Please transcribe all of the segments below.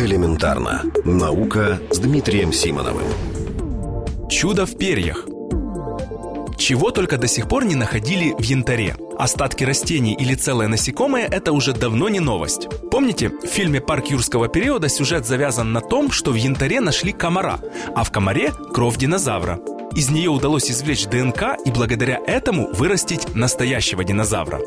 Элементарно. Наука с Дмитрием Симоновым. Чудо в перьях. Чего только до сих пор не находили в янтаре. Остатки растений или целое насекомое – это уже давно не новость. Помните, в фильме «Парк юрского периода» сюжет завязан на том, что в янтаре нашли комара, а в комаре – кровь динозавра. Из нее удалось извлечь ДНК и благодаря этому вырастить настоящего динозавра.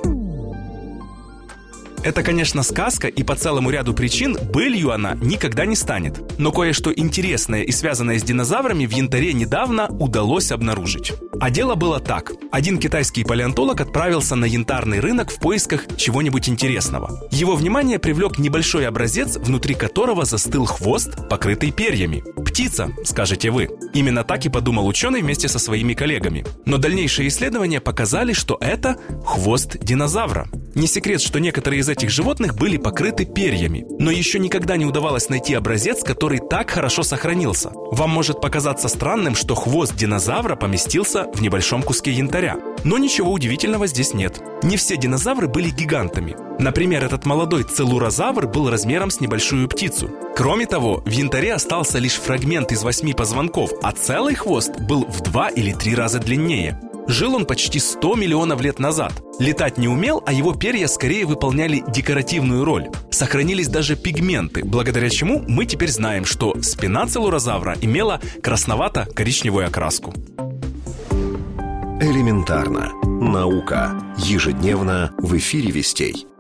Это, конечно, сказка, и по целому ряду причин былью она никогда не станет. Но кое-что интересное и связанное с динозаврами в янтаре недавно удалось обнаружить. А дело было так. Один китайский палеонтолог отправился на янтарный рынок в поисках чего-нибудь интересного. Его внимание привлек небольшой образец, внутри которого застыл хвост, покрытый перьями. «Птица», скажете вы. Именно так и подумал ученый вместе со своими коллегами. Но дальнейшие исследования показали, что это хвост динозавра. Не секрет, что некоторые из этих животных были покрыты перьями, но еще никогда не удавалось найти образец, который так хорошо сохранился. Вам может показаться странным, что хвост динозавра поместился в небольшом куске янтаря. Но ничего удивительного здесь нет. Не все динозавры были гигантами. Например, этот молодой целурозавр был размером с небольшую птицу. Кроме того, в янтаре остался лишь фрагмент из 8 позвонков, а целый хвост был в 2 или 3 раза длиннее. Жил он почти 100 миллионов лет назад. Летать не умел, а его перья скорее выполняли декоративную роль. Сохранились даже пигменты, благодаря чему мы теперь знаем, что спина целурозавра имела красновато-коричневую окраску. Элементарно. Наука. Ежедневно в эфире Вестей.